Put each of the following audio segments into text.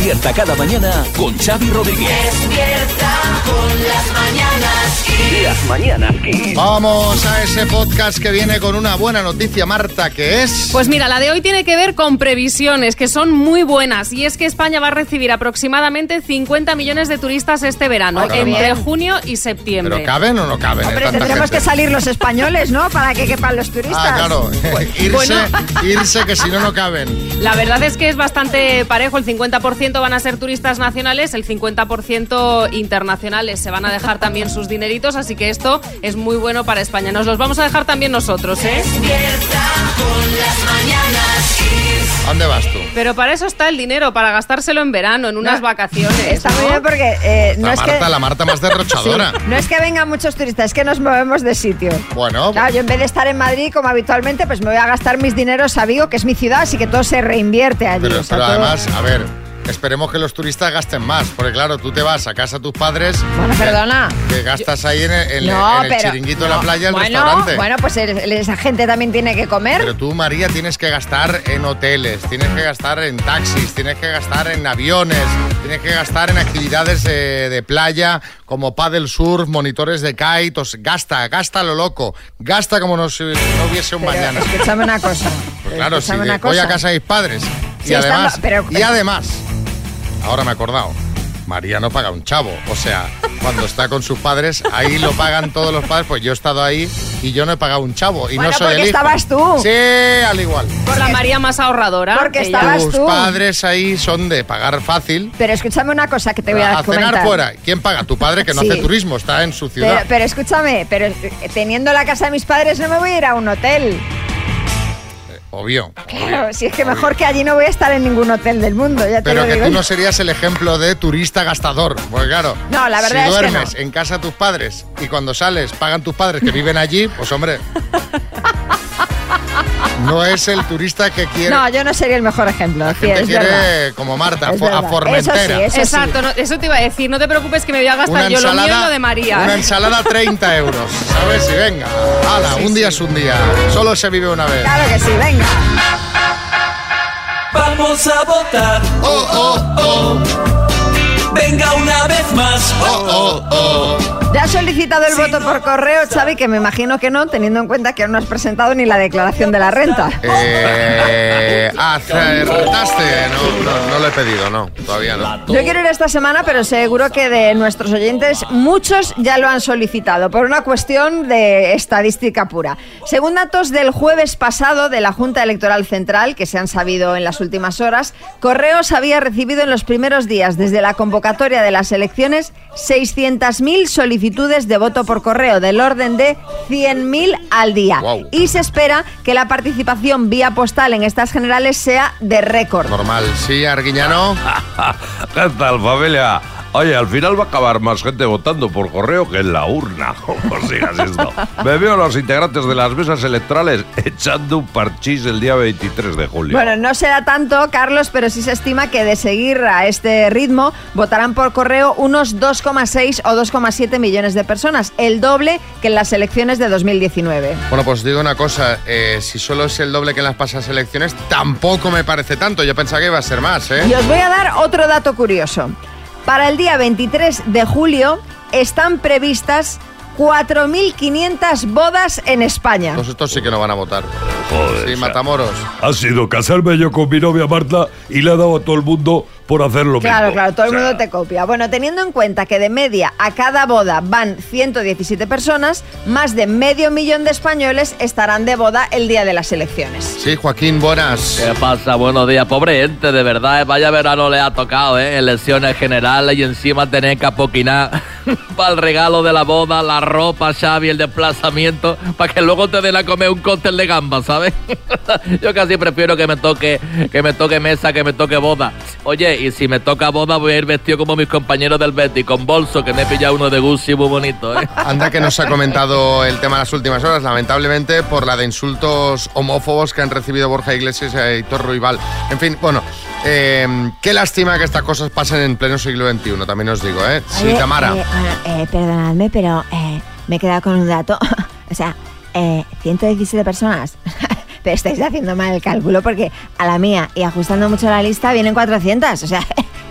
Despierta cada mañana con Xavi Rodríguez. Despierta con las mañanas Kiss. Las mañanas Kiss. Vamos a ese podcast que viene con una buena noticia, Marta, ¿qué es? Pues mira, la de hoy tiene que ver con previsiones, que son muy buenas. Y es que España va a recibir aproximadamente 50 millones de turistas este verano, entre junio y septiembre. ¿Pero caben o no caben? Hombre, tendremos que salir los españoles, ¿no? Para que quepan los turistas. Ah, claro. Irse, que si no, no caben. La verdad es que es bastante parejo. El 50% van a ser turistas nacionales, el 50% internacionales. Se van a dejar también sus dineritos, así que esto es muy bueno para España. Nos los vamos a dejar también nosotros, ¿eh? Despierta con las mañanas Kiss. ¿A dónde vas tú? Pero para eso está el dinero, para gastárselo en verano, en unas vacaciones. Está ¿no? muy bien porque La Marta más derrochadora. Sí, no es que vengan muchos turistas, es que nos movemos de sitio. Bueno. Claro, yo en vez de estar en Madrid como habitualmente, pues me voy a gastar mis dineros a Vigo, que es mi ciudad, así que todo se reinvierte allí. Pero, o sea, pero todo... además, a ver, esperemos que los turistas gasten más, porque claro, tú te vas a casa de tus padres. Bueno, perdona. Que gastas ahí en el chiringuito de la playa, el bueno, restaurante. Bueno, pues esa gente también tiene que comer. Pero tú, María, tienes que gastar en hoteles, tienes que gastar en taxis, tienes que gastar en aviones, tienes que gastar en actividades de playa como paddle surf, monitores de kite. Gasta lo loco, gasta como no hubiese un mañana. Escúchame una cosa. Pues claro, si voy a casa de mis padres y además, ahora me he acordado, María no paga un chavo, o sea, cuando está con sus padres, ahí lo pagan todos los padres, pues yo he estado ahí y yo no he pagado un chavo y bueno, no soy el hijo. estabas tú. Sí, al igual. Por la María más ahorradora. Porque ella. estabas Tus tú. padres ahí son de pagar fácil. Pero escúchame una cosa que te voy a comentar. cenar fuera. ¿Quién paga? Tu padre, que no Sí. hace turismo, está en su ciudad. Pero escúchame, teniendo la casa de mis padres no me voy a ir a un hotel. Obvio. Claro, si es que mejor que allí no voy a estar en ningún hotel del mundo, ya te Pero lo que digo. tú no serías el ejemplo de turista gastador. Pues claro, No, la verdad si es que duermes en casa de tus padres y cuando sales pagan tus padres que viven allí, pues hombre, no es el turista que quiere. No, yo no sería el mejor ejemplo. La sí, gente es quiere, verdad. como Marta, Es a verdad. Formentera. Eso sí. Exacto, no, eso te iba a decir. No te preocupes que me voy a gastar yo lo mío y lo de María. Una ensalada 30 euros, ¿sabes? Y venga, hala, un día es un día. Solo se vive una vez. Claro que sí, venga. Vamos a votar. Oh, oh, oh. Venga una vez más. Oh, oh, oh. ¿Ya has solicitado el voto por correo, Xavi? Que me imagino que no, teniendo en cuenta que aún no has presentado ni la declaración de la renta. ¿Acertaste? No lo he pedido, no, todavía no. Yo quiero ir esta semana, pero seguro que de nuestros oyentes muchos ya lo han solicitado, por una cuestión de estadística pura. Según datos del jueves pasado de la Junta Electoral Central, que se han sabido en las últimas horas, Correos había recibido en los primeros días desde la convocatoria de las elecciones 600.000 solicitudes de voto por correo, del orden de 100.000 al día. Wow. Y se espera que la participación vía postal en estas generales sea de récord. Normal, sí, Arguiñano. ¿Qué tal, familia? Oye, al final va a acabar más gente votando por correo que en la urna. ¿Cómo sigas esto? Me veo a los integrantes de las mesas electorales echando un parchís el día 23 de julio. Bueno, no será tanto, Carlos, pero sí se estima que de seguir a este ritmo votarán por correo unos 2,6 o 2,7 millones de personas, el doble que en las elecciones de 2019. Bueno, pues digo una cosa, si solo es el doble que en las pasadas elecciones, tampoco me parece tanto. Yo pensaba que iba a ser más, ¿eh? Y os voy a dar otro dato curioso. Para el día 23 de julio están previstas 4.500 bodas en España. Pues estos sí que no van a votar. Joder, Sí, Matamoros. Ha sido casarme yo con mi novia Marta y le ha dado a todo el mundo por hacer lo Claro, mismo. claro, todo el O sea, mundo te copia. Bueno, teniendo en cuenta que de media a cada boda van 117 personas, más de 500.000 de españoles estarán de boda el día de las elecciones. Sí, Joaquín, buenas. ¿Qué pasa? Buenos días. Pobre gente, de verdad, vaya verano le ha tocado, elecciones generales y encima tener que apoquinar para el regalo de la boda, la ropa, Xavi, el desplazamiento, para que luego te den a comer un cóctel de gambas, ¿sabes? Yo casi prefiero que me toque mesa, que me toque boda. Oye, y si me toca boda voy a ir vestido como mis compañeros del Betis, con bolso, que me he pillado uno de Gucci muy bonito, ¿eh? Anda que nos ha comentado el tema en las últimas horas, lamentablemente por la de insultos homófobos que han recibido Borja Iglesias y Aitor Ruibal. En fin, bueno, qué lástima que estas cosas pasen en pleno siglo XXI, también os digo, ¿eh? Sí, Tamara. Perdonadme, pero me he quedado con un dato. O sea, 117 personas. Pero estáis haciendo mal el cálculo porque a la mía y ajustando mucho la lista vienen 400. O sea,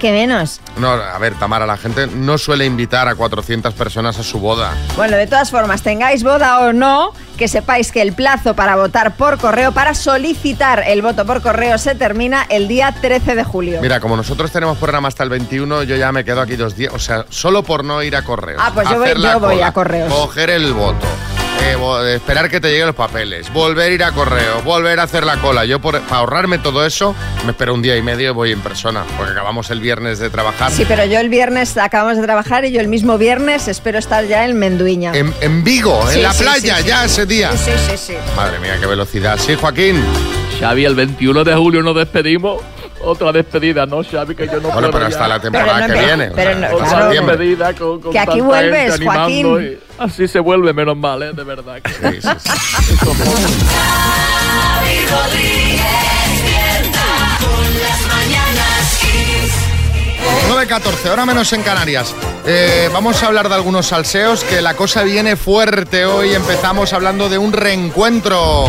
que menos. No, a ver, Tamara, la gente no suele invitar a 400 personas a su boda. Bueno, de todas formas, tengáis boda o no, que sepáis que el plazo para votar por correo, para solicitar el voto por correo, se termina el día 13 de julio. Mira, como nosotros tenemos programa hasta el 21, yo ya me quedo aquí 2 días, o sea, solo por no ir a correos. Ah, pues yo voy a correos. Coger el voto. Esperar que te lleguen los papeles, volver a ir a correo, volver a hacer la cola. Yo, para ahorrarme todo eso, me espero 1 día y medio y voy en persona, porque acabamos el viernes de trabajar. Sí, pero yo el viernes acabamos de trabajar y yo el mismo viernes espero estar ya en Menduiña. En Vigo, sí, en la playa, sí. Ya ese día. Sí. Madre mía, qué velocidad. Sí, Joaquín. Xavi, el 21 de julio nos despedimos. Otra despedida, ¿no, Xavi? Que yo no bueno, pero hasta la temporada que viene. Otra despedida con que aquí vuelves, Joaquín. Así se vuelve, menos mal, de verdad. Que... Sí. 9:14, hora menos en Canarias. Vamos a hablar de algunos salseos, que la cosa viene fuerte hoy. Empezamos hablando de un reencuentro.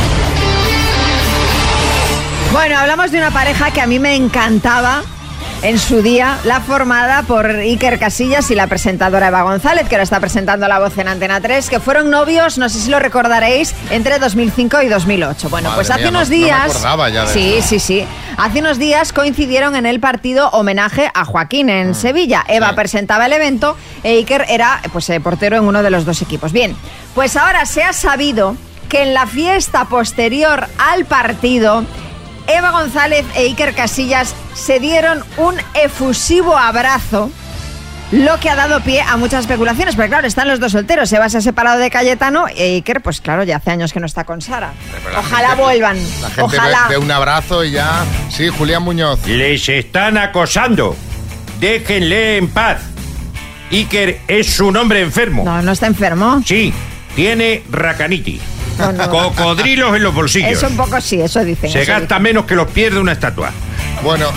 Bueno, hablamos de una pareja que a mí me encantaba en su día, la formada por Iker Casillas y la presentadora Eva González, que ahora está presentando La Voz en Antena 3, que fueron novios, no sé si lo recordaréis, entre 2005 y 2008. Bueno, madre pues hace mía, unos días... No me acordaba ya de eso. Sí. Hace unos días coincidieron en el partido homenaje a Joaquín en Sevilla. Eva presentaba el evento e Iker era portero en uno de los dos equipos. Bien, pues ahora se ha sabido que en la fiesta posterior al partido... Eva González e Iker Casillas se dieron un efusivo abrazo, lo que ha dado pie a muchas especulaciones, porque claro, están los dos solteros. Eva se ha separado de Cayetano e Iker, pues claro, ya hace años que no está con Sara. Ojalá vuelvan. La gente ve un abrazo y ya... Sí, Julián Muñoz. Les están acosando. Déjenle en paz. Iker es un hombre enfermo. No está enfermo. Sí, tiene racanitis. No. Cocodrilos en los bolsillos. Eso un poco sí, eso dicen. Se gasta menos que los pies de una estatua. Bueno,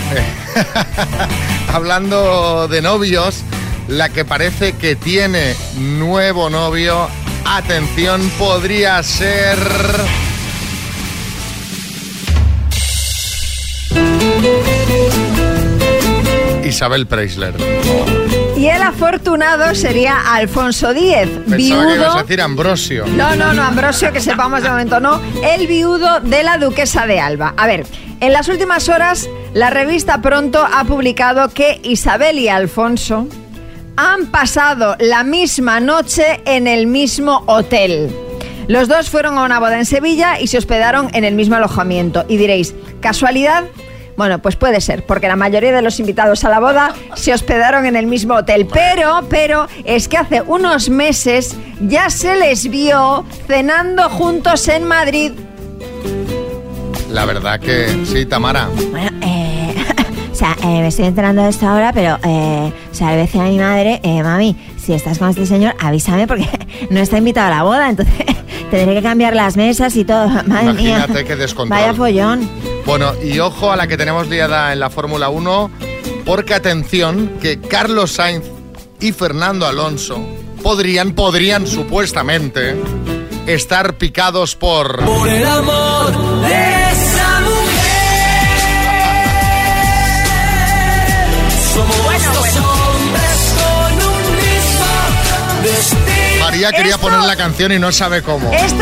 hablando de novios, la que parece que tiene nuevo novio, atención, podría ser... Isabel Preisler. Y el afortunado sería Alfonso Díez, Pensaba viudo... que ibas a decir Ambrosio. No, Ambrosio, que sepamos de momento no. El viudo de la duquesa de Alba. A ver, en las últimas horas, la revista Pronto ha publicado que Isabel y Alfonso han pasado la misma noche en el mismo hotel. Los dos fueron a una boda en Sevilla y se hospedaron en el mismo alojamiento. Y diréis, ¿casualidad? Bueno, pues puede ser, porque la mayoría de los invitados a la boda se hospedaron en el mismo hotel. Pero es que hace unos meses ya se les vio cenando juntos en Madrid. La verdad que sí, Tamara. Bueno, me estoy enterando de esto ahora, pero, le decía a mi madre, mami, si estás con este señor, avísame porque no está invitado a la boda, entonces tendré que cambiar las mesas y todo. Madre mía. Imagínate qué descontrol. Vaya follón. Bueno, y ojo a la que tenemos liada en la Fórmula 1, porque atención, que Carlos Sainz y Fernando Alonso podrían supuestamente estar picados por el amor de esa mujer. Somos dos hombres con un mismo destino. María quería poner la canción y no sabe cómo. Esto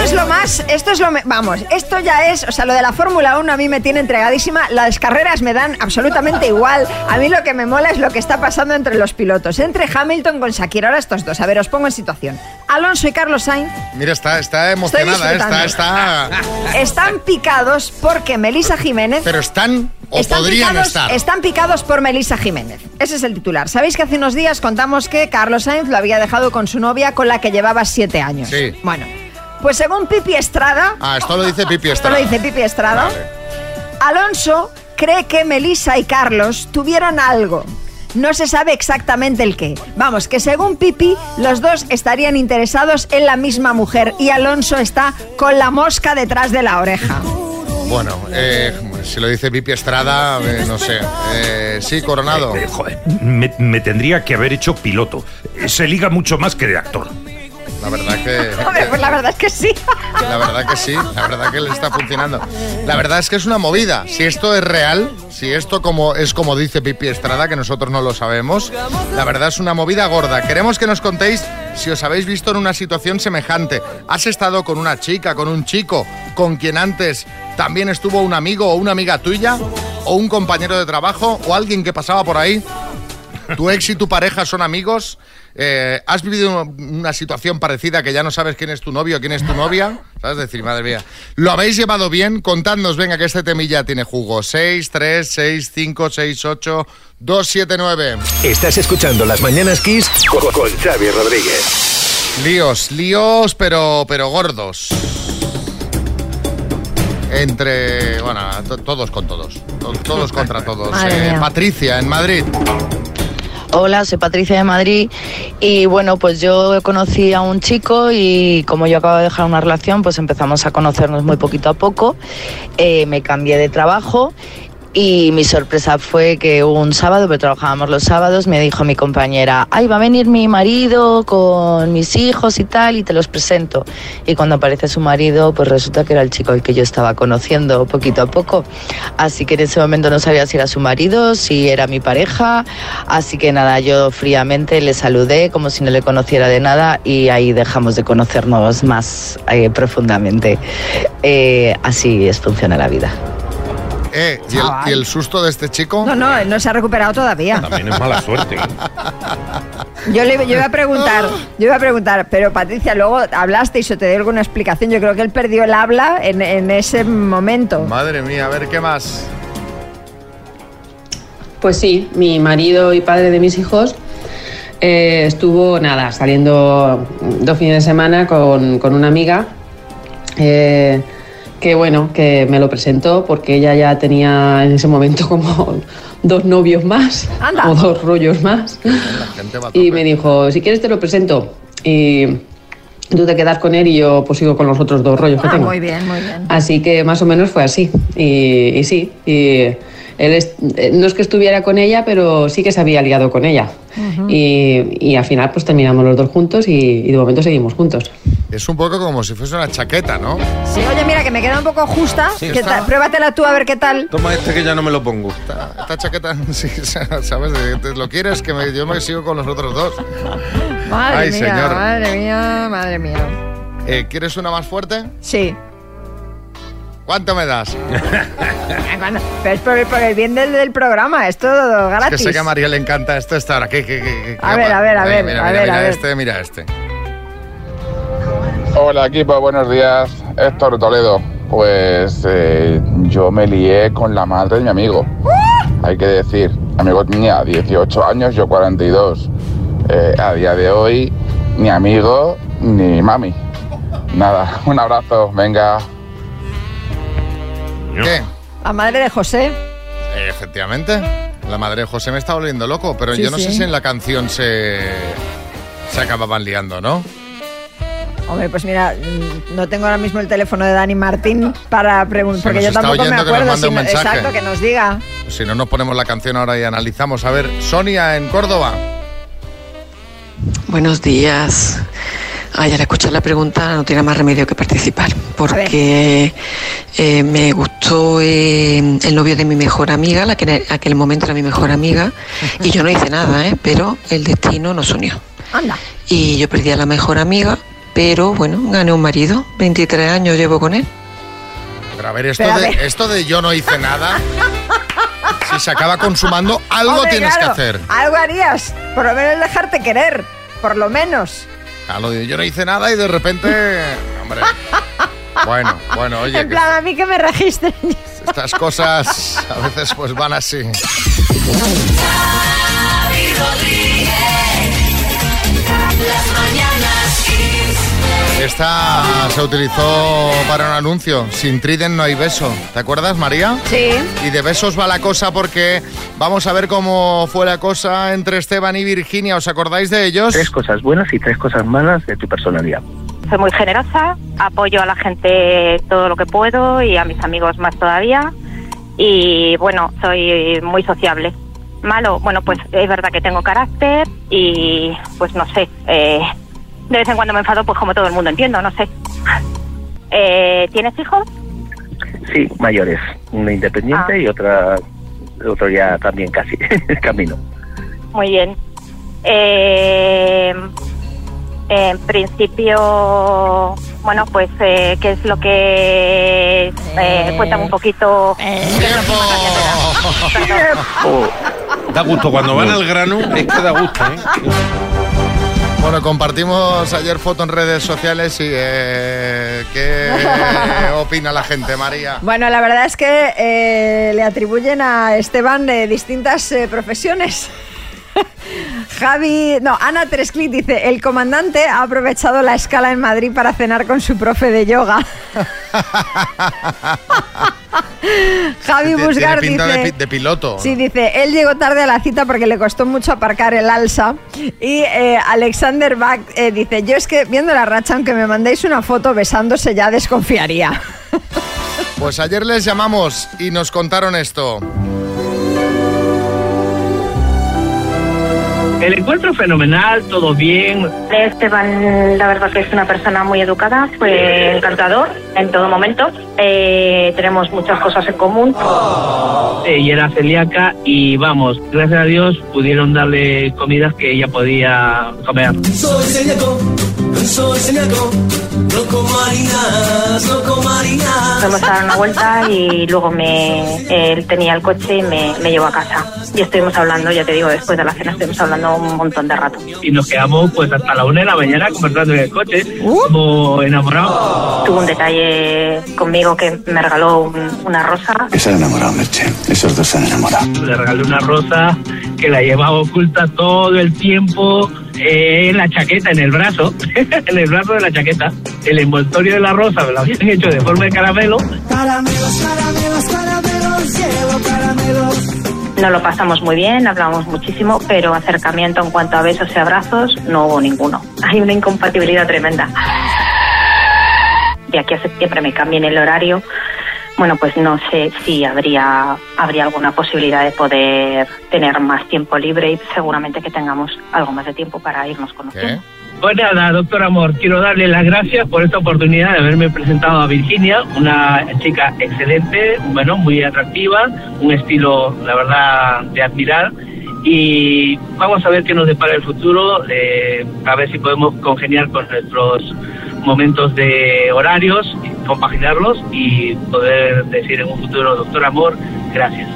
ya es, o sea, lo de la Fórmula 1 a mí me tiene entregadísima. Las carreras me dan absolutamente igual. A mí lo que me mola es lo que está pasando entre los pilotos, entre Hamilton con Shakira. Ahora estos dos, a ver, os pongo en situación. Alonso y Carlos Sainz. Mira, está emocionada, Están picados porque Melissa Jiménez... Pero están podrían estar. Están picados por Melissa Jiménez. Ese es el titular. ¿Sabéis que hace unos días contamos que Carlos Sainz lo había dejado con su novia, con la que llevaba 7 años? Sí. Bueno, pues según Pipi Estrada... Esto lo dice Pipi Estrada. Vale. Alonso cree que Melissa y Carlos tuvieron algo. No se sabe exactamente el qué. Vamos, que según Pipi, los dos estarían interesados en la misma mujer y Alonso está con la mosca detrás de la oreja. Bueno, si lo dice Pipi Estrada, no sé. Sí, Coronado. Joder, me tendría que haber hecho piloto. Se liga mucho más que de actor. La verdad que... Hombre, pues la verdad es que sí. La verdad que sí, la verdad que le está funcionando. La verdad es que es una movida. Si esto es real, si esto es como dice Pipi Estrada, que nosotros no lo sabemos, la verdad es una movida gorda. Queremos que nos contéis si os habéis visto en una situación semejante. ¿Has estado con una chica, con un chico, con quien antes también estuvo un amigo o una amiga tuya, o un compañero de trabajo, o alguien que pasaba por ahí? ¿Tu ex y tu pareja son amigos? ¿Has vivido una situación parecida que ya no sabes quién es tu novio o quién es tu novia? ¿Sabes? Decir, madre mía. ¿Lo habéis llevado bien? Contadnos, venga, que este temilla tiene jugo. 6, 3, 6, 5, 6, 8, 2, 7, 9. Estás escuchando Las Mañanas Kiss con Xavi Rodríguez. Líos, pero gordos. Entre, bueno, todos con todos. Todos contra todos. Patricia, en Madrid. Hola, soy Patricia de Madrid y bueno, pues yo conocí a un chico y como yo acabo de dejar una relación, pues empezamos a conocernos muy poquito a poco. Me cambié de trabajo y mi sorpresa fue que un sábado, porque trabajábamos los sábados, me dijo mi compañera, ay, va a venir mi marido con mis hijos y tal, y te los presento. Y cuando aparece su marido, pues resulta que era el chico al que yo estaba conociendo poquito a poco. Así que en ese momento no sabía si era su marido, si era mi pareja. Así que nada, yo fríamente le saludé como si no le conociera de nada y ahí dejamos de conocernos más profundamente. Así funciona la vida. ¿Y el susto de este chico? No se ha recuperado todavía. También es mala suerte. Yo iba a preguntar, pero Patricia, luego hablasteis o te dio alguna explicación. Yo creo que él perdió el habla en ese momento. Madre mía, a ver, ¿qué más? Pues sí, mi marido y padre de mis hijos estuvo, saliendo 2 fines de semana con una amiga. Que bueno, que me lo presentó porque ella ya tenía en ese momento como 2 novios más. ¡Anda! O 2 rollos más. Y me dijo, si quieres te lo presento y tú te quedas con él y yo pues sigo con los otros 2 rollos que tengo. Muy bien, muy bien. Así que más o menos fue así. Y sí, él no es que estuviera con ella, pero sí que se había liado con ella. Uh-huh. Y al final pues terminamos los 2 juntos y de momento seguimos juntos. Es un poco como si fuese una chaqueta, ¿no? Sí, oye, mira, que me queda un poco justa. Sí, pruébatela tú a ver qué tal. Toma que ya no me lo pongo. Esta chaqueta, sí, ¿sabes? ¿Lo quieres? Que yo me sigo con los otros 2. Madre mía, señor. Madre mía. ¿Quieres una más fuerte? Sí. ¿Cuánto me das? Pero es por el bien del programa, es todo gratis. Es que sé que a María le encanta esto. Ahora, a ver. Mira este. Hola equipo, buenos días. Héctor de Toledo. Pues yo me lié con la madre de mi amigo. Hay que decir, mi amigo tenía 18 años, yo 42. A día de hoy, ni amigo ni mami. Nada, un abrazo, venga. ¿Qué? La madre de José. Efectivamente, la madre de José me está volviendo loco, pero sí, yo no sé si en la canción se acababan liando, ¿no? Hombre, pues mira, no tengo ahora mismo el teléfono de Dani Martín para preguntar, porque yo tampoco me acuerdo. Exacto, que nos diga. Pues si no, nos ponemos la canción ahora y analizamos. A ver, Sonia, en Córdoba. Buenos días. Al escuchar la pregunta no tiene más remedio que participar, porque me gustó el novio de mi mejor amiga, la que en aquel momento era mi mejor amiga, y yo no hice nada, pero el destino nos unió. Anda. Y yo perdí a la mejor amiga, pero bueno, gané un marido, 23 años llevo con él. Pero a ver, esto de yo no hice nada, si se acaba consumando, algo tienes que hacer. Algo harías, por lo menos dejarte querer, por lo menos. Yo no hice nada y de repente... Hombre. Bueno, oye... En plan, a mí que me registren. Estas cosas a veces pues van así. Esta se utilizó para un anuncio. Sin Trident no hay beso. ¿Te acuerdas, María? Sí. Y de besos va la cosa porque vamos a ver cómo fue la cosa entre Esteban y Virginia. ¿Os acordáis de ellos? 3 cosas buenas y 3 cosas malas de tu personalidad. Soy muy generosa, apoyo a la gente todo lo que puedo y a mis amigos más todavía. Y bueno, soy muy sociable. Malo, bueno, pues es verdad que tengo carácter y pues no sé, De vez en cuando me enfado, pues como todo el mundo, entiendo, no sé. ¿Tienes hijos? Sí, mayores. Una independiente y otro ya también casi en camino. Muy bien. En principio, bueno, pues, ¿qué es lo que... cuéntame un poquito... Da gusto, cuando van al grano, es que da gusto, ¿eh? Bueno, compartimos ayer foto en redes sociales y ¿qué opina la gente, María? Bueno, la verdad es que le atribuyen a Esteban distintas profesiones. Ana Tresclic dice: el comandante ha aprovechado la escala en Madrid para cenar con su profe de yoga. Javi Busgar dice... de piloto. Sí, dice, él llegó tarde a la cita porque le costó mucho aparcar el alsa. Y Alexander Bach dice: yo es que viendo la racha, aunque me mandéis una foto besándose, ya desconfiaría. Pues ayer les llamamos y nos contaron esto. El encuentro fenomenal, todo bien. Esteban, la verdad que es una persona muy educada, fue encantador en todo momento. Tenemos muchas cosas en común. Ella era celíaca y vamos, gracias a Dios pudieron darle comidas que ella podía comer. Soy celíaco, no como harinas, no como harinas. Fuimos a dar una vuelta y luego él tenía el coche y me llevó a casa. Y estuvimos hablando, ya te digo, después de la cena estuvimos hablando un montón de rato. Y nos quedamos pues hasta la 1 de la mañana conversando en el coche, como enamorados. Tuvo un detalle conmigo que me regaló una rosa. Se han enamorado, Merche. Esos dos se han enamorado. Le regalé una rosa que la llevaba oculta todo el tiempo en la chaqueta, en el brazo, en el brazo de la chaqueta. El envoltorio de la rosa me lo habían hecho de forma de caramelo. Caramelos, caramelos, caramelos, llevo caramelos. Nos lo pasamos muy bien, hablamos muchísimo, pero acercamiento en cuanto a besos y abrazos no hubo ninguno. Hay una incompatibilidad tremenda. De aquí a septiembre me cambien el horario. Bueno, pues no sé si habría alguna posibilidad de poder tener más tiempo libre y seguramente que tengamos algo más de tiempo para irnos conociendo. Pues nada, doctor Amor, quiero darle las gracias por esta oportunidad de haberme presentado a Virginia, una chica excelente, bueno, muy atractiva, un estilo, la verdad, de admirar. Y vamos a ver qué nos depara el futuro, a ver si podemos congeniar con nuestros momentos de horarios, compaginarlos y poder decir en un futuro, doctor Amor, gracias.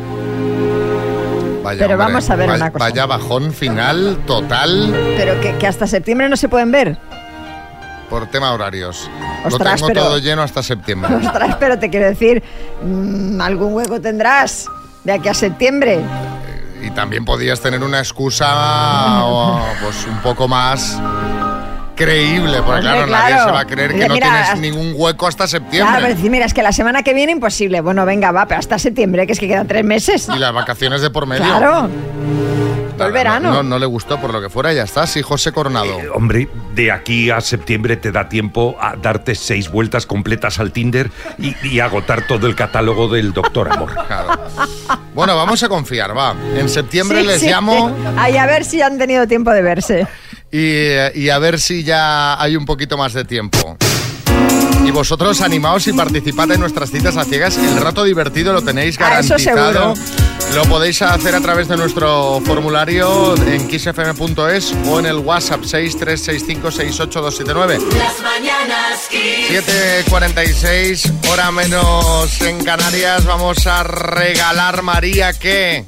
Vaya, pero hombre, vamos a ver una cosa. Vaya bajón final, total. Pero que hasta septiembre no se pueden ver. Por tema horarios. Ostras, lo tengo todo lleno hasta septiembre. Ostras, pero te quiero decir, algún hueco tendrás de aquí a septiembre. Y también podías tener una excusa pues un poco más creíble, porque claro, nadie se va a creer que no tienes ningún hueco hasta septiembre. Claro, pero decir, mira, es que la semana que viene imposible. Bueno, venga, va, pero hasta septiembre, que es que quedan 3 meses. Y las vacaciones de por medio. Claro. Todo el verano. No le gustó por lo que fuera, ya está. Sí, José Coronado. Hombre, de aquí a septiembre te da tiempo a darte 6 vueltas completas al Tinder y agotar todo el catálogo del doctor Amor. Claro. Bueno, vamos a confiar, va. En septiembre les llamo. Ay, a ver si han tenido tiempo de verse. Y a ver si ya hay un poquito más de tiempo. Y vosotros animaos y participad en nuestras citas a ciegas. El rato divertido lo tenéis garantizado. Eso seguro. Lo podéis hacer a través de nuestro formulario en kissfm.es o en el WhatsApp 636568279. Las mañanas Kiss. 7:46, hora menos en Canarias. Vamos a regalar, María, ¿qué?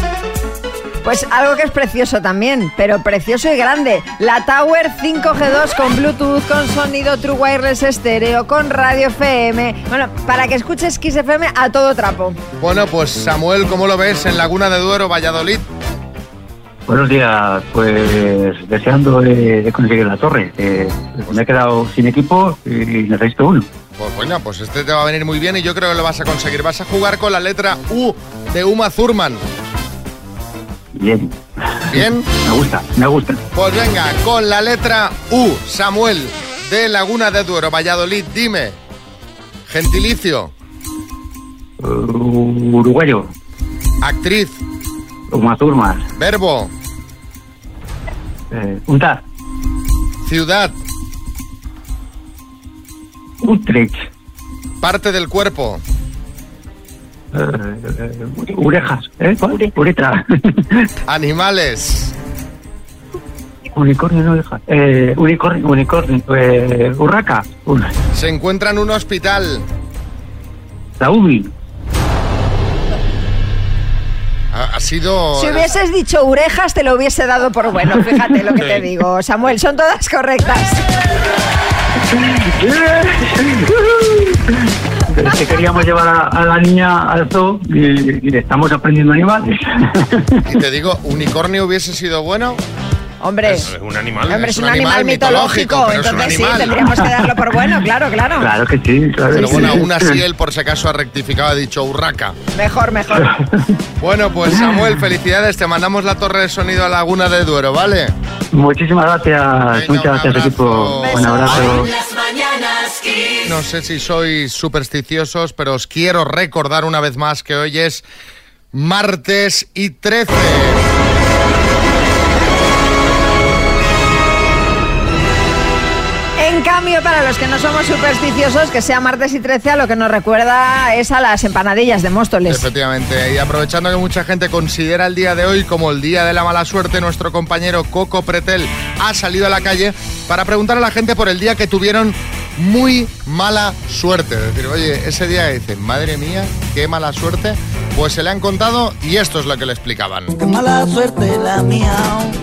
Pues algo que es precioso también, pero precioso y grande. La Tower 5G2 con Bluetooth, con sonido True Wireless estéreo, con radio FM. Bueno, para que escuches Kiss FM a todo trapo. Bueno, pues Samuel, ¿cómo lo ves en Laguna de Duero, Valladolid? Buenos días, pues deseando de conseguir la torre. Me he quedado sin equipo y necesito uno. Pues bueno, pues este te va a venir muy bien y yo creo que lo vas a conseguir. Vas a jugar con la letra U de Uma Thurman. Bien. ¿Bien? Me gusta. Pues venga, con la letra U, Samuel, de Laguna de Duero, Valladolid, dime. Gentilicio. Uruguayo. Actriz. Uma Thurman. Verbo. Untar. Ciudad. Utrecht. Parte del cuerpo. Orejas. Uretra. Animales. Unicornio, no orejas. Unicornio. Urraca. Se encuentra en un hospital. La UBI. Ha sido... Si hubieses dicho orejas, te lo hubiese dado por bueno. Fíjate lo que te digo, Samuel. Son todas correctas. Es que queríamos llevar a la niña al zoo y le estamos aprendiendo animales. Y te digo, ¿unicornio hubiese sido bueno? Hombre, es un animal. Hombre, es un animal mitológico, pero entonces es un animal. sí, tendríamos que darlo por bueno, claro. Claro que sí, claro. Pero que bueno, sí. aún así él por si acaso ha rectificado, ha dicho urraca. Mejor. Bueno, pues Samuel, felicidades, te mandamos la torre de sonido a Laguna de Duero, ¿vale? Muchísimas gracias. Venga, muchas gracias, equipo. Un abrazo. Las mañanas Kiss. No sé si sois supersticiosos, pero os quiero recordar una vez más que hoy es martes y 13. En cambio, para los que no somos supersticiosos, que sea martes y 13, a lo que nos recuerda es a las empanadillas de Móstoles. Efectivamente, y aprovechando que mucha gente considera el día de hoy como el día de la mala suerte, nuestro compañero Coco Pretel ha salido a la calle para preguntar a la gente por el día que tuvieron muy mala suerte. Es decir, oye, ese día dicen, madre mía, qué mala suerte, pues se le han contado y esto es lo que le explicaban. Qué mala suerte la mía.